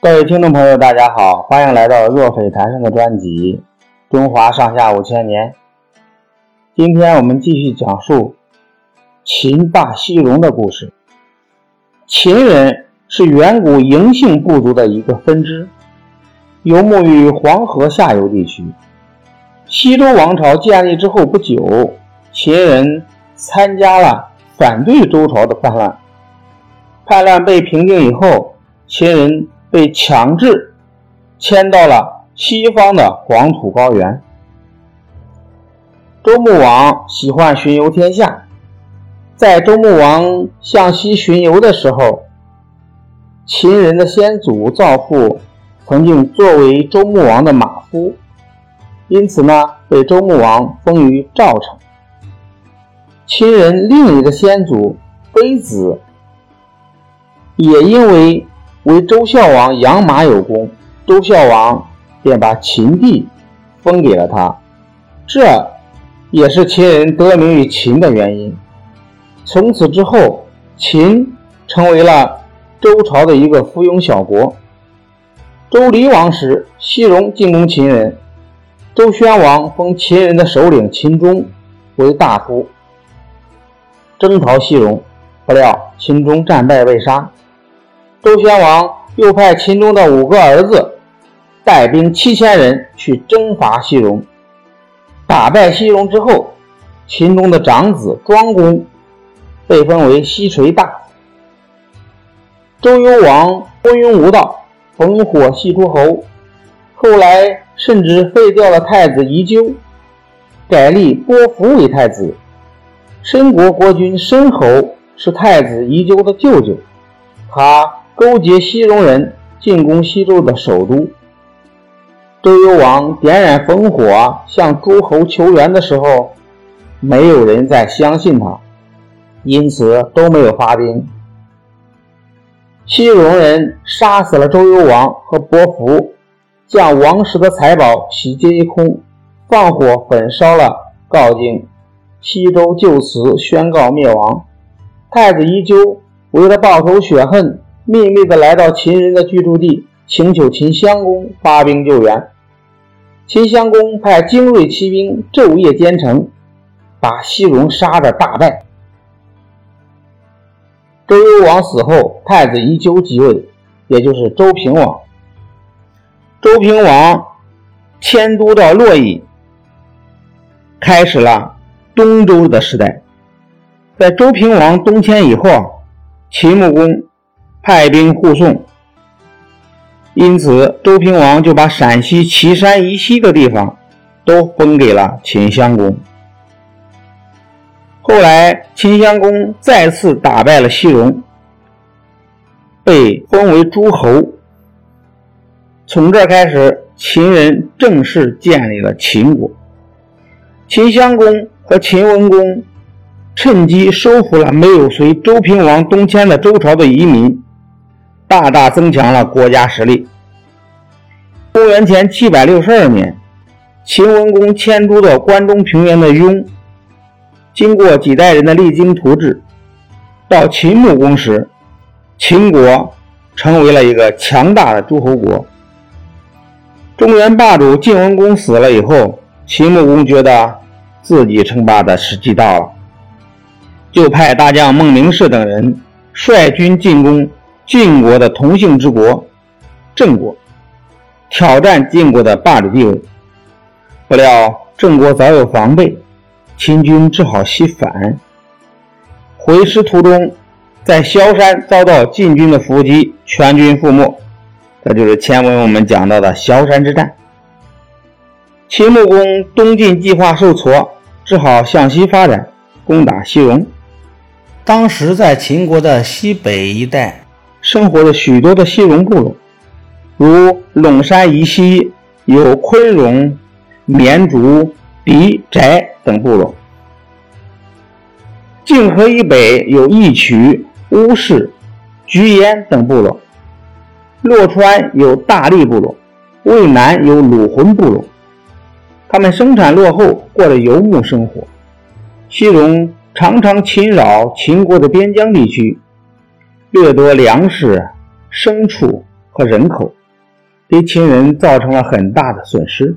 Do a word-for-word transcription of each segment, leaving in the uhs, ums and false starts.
各位听众朋友大家好，欢迎来到若匪谈生的专辑中华上下五千年。今天我们继续讲述秦霸西戎的故事。秦人是远古嬴姓部族的一个分支，游牧于黄河下游地区。西周王朝建立之后不久，秦人参加了反对周朝的叛乱。叛乱被平定以后，秦人被强制迁到了西方的黄土高原。周穆王喜欢巡游天下，在周穆王向西巡游的时候，秦人的先祖赵父曾经作为周穆王的马夫，因此呢被周穆王封于赵城。秦人另一个先祖卑子也因为为周孝王养马有功，周孝王便把秦地封给了他，这也是秦人得名于秦的原因。从此之后，秦成为了周朝的一个附庸小国。周厉王时，西戎进攻秦人，周宣王封秦人的首领秦钟为大夫，征讨西戎，不料秦钟战败被杀。周宣王又派秦钟的五个儿子带兵七千人去征伐西戎。打败西戎之后，秦钟的长子庄公被封为西垂大夫。周幽王昏庸无道，烽火戏诸侯，后来甚至废掉了太子宜臼，改立伯服为太子。申国国君申侯是太子宜臼的舅舅，他勾结西戎人进攻西周的首都。周幽王点燃烽火向诸侯求援的时候，没有人再相信他，因此都没有发兵。西戎人杀死了周幽王和伯服，将王室的财宝洗劫一空，放火焚烧了镐京，西周就此宣告灭亡。太子宜臼为了报仇雪恨，秘密地来到秦人的居住地，请求秦襄公发兵救援。秦襄公派精锐骑兵昼夜兼程，把西戎杀得大败。周幽王死后，太子宜臼即位，也就是周平王。周平王迁都到洛邑，开始了东周的时代。在周平王东迁以后，秦穆公派兵护送，因此周平王就把陕西岐山以西的地方都封给了秦襄公。后来秦襄公再次打败了西戎，被封为诸侯。从这开始，秦人正式建立了秦国。秦襄公和秦文公趁机收服了没有随周平王东迁的周朝的移民，大大增强了国家实力。公元前七百六十二年，秦文公迁都到关中平原的雍，经过几代人的励精图治，到秦穆公时，秦国成为了一个强大的诸侯国。中原霸主晋文公死了以后，秦穆公觉得自己称霸的时机到了，就派大将孟明视等人率军进攻晋国的同姓之国郑国，挑战晋国的霸主地位。不料郑国早有防备，秦军只好西返。回师途中，在萧山遭到晋军的伏击，全军覆没。这就是前文我们讲到的萧山之战。秦穆公东进计划受挫，只好向西发展，攻打西戎。当时在秦国的西北一带生活着许多的西戎部落，如陇山以西有昆戎、绵竹、狄、翟等部落，泾河以北有义渠、乌氏、居延等部落，洛川有大利部落，渭南有鲁浑部落。他们生产落后，过着游牧生活。西戎常常侵扰秦国的边疆地区，掠夺粮食、牲畜、 和人口，给秦人造成了很大的损失。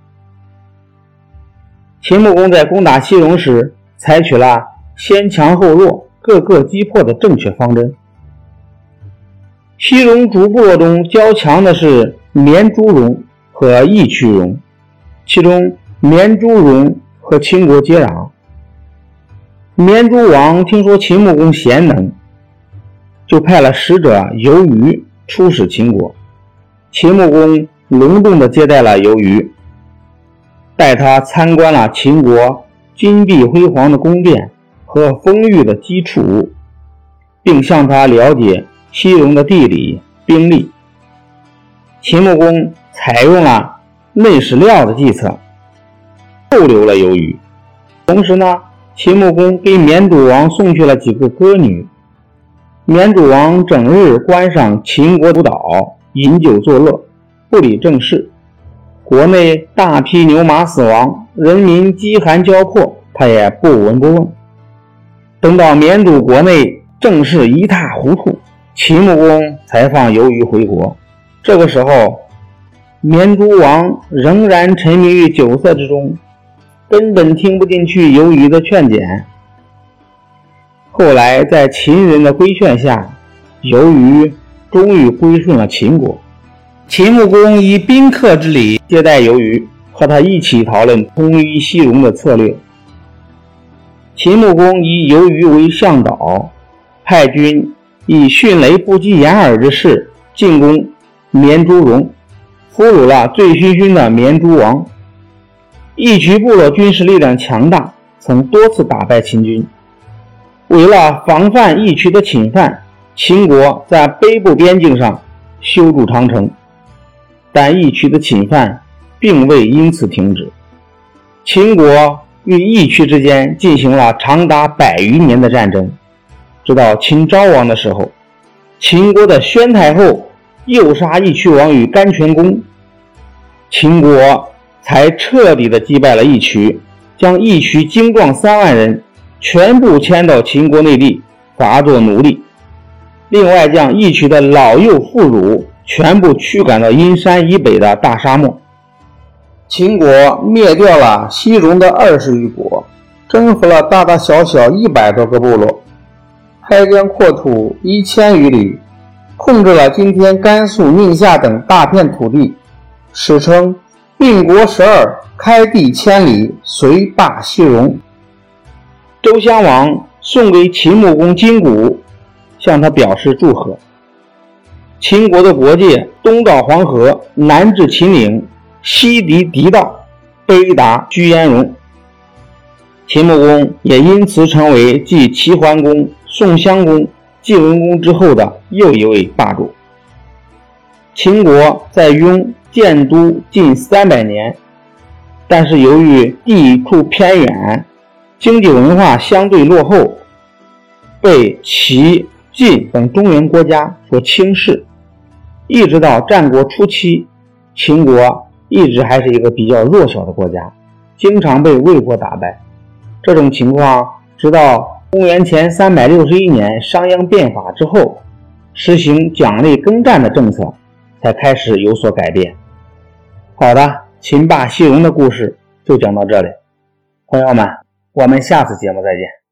秦穆公在攻打西戎时，采取了先强后弱、各个击破的正确方针。西戎诸部落中较强的是绵诸戎和义渠戎，其中绵诸戎和秦国接壤。绵诸王听说秦穆公贤能，就派了使者游鱼出使秦国。秦穆公隆重地接待了游鱼，带他参观了秦国金碧辉煌的宫殿和丰裕的基础，并向他了解西戎的地理兵力。秦穆公采用了内史料的计策，扣留了游鱼。同时呢，秦穆公给绵主王送去了几个歌女。绵主王整日观赏秦国舞蹈，饮酒作乐，不理政事。国内大批牛马死亡，人民饥寒交迫，他也不闻不问。等到绵主国内政事一塌糊涂，秦穆公才放游鱼回国。这个时候，绵主王仍然沉迷于酒色之中，根本听不进去游鱼的劝谏。后来在秦人的规劝下，游鱼终于归顺了秦国。秦穆公以宾客之礼接待游鱼，和他一起讨论统一西戎的策略。秦穆公以游鱼为向导，派军以迅雷不及掩耳之势进攻绵诸戎，俘虏了醉醺醺的绵诸王。义渠部落军事力量强大，曾多次打败秦军。为了防范义渠的侵犯，秦国在北部边境上修筑长城，但义渠的侵犯并未因此停止。秦国与义渠之间进行了长达百余年的战争，直到秦昭王的时候，秦国的宣太后诱杀义渠王于甘泉宫，秦国才彻底的击败了义渠，将义渠精壮三万人全部迁到秦国内地，罚作奴隶。另外将义渠的老幼妇孺全部驱赶到阴山以北的大沙漠。秦国灭掉了西戎的二十余国，征服了大大小小一百多个部落，开疆扩土一千余里，控制了今天甘肃、宁夏等大片土地，史称并国十二，开地千里，遂霸西戎。周襄王送给秦穆公金鼓，向他表示祝贺。秦国的国界东到黄河，南至秦岭，西抵狄道，北达居延戎。秦穆公也因此成为继齐桓公、宋襄公、晋文公之后的又一位霸主。秦国在雍建都近三百年，但是由于地处偏远，经济文化相对落后，被齐、晋等中原国家所轻视。一直到战国初期，秦国一直还是一个比较弱小的国家，经常被魏国打败。这种情况直到公元前三百六十一年商鞅变法之后，实行奖励耕战的政策，才开始有所改变。好的，秦霸西戎的故事就讲到这里，朋友们，我们下次节目再见。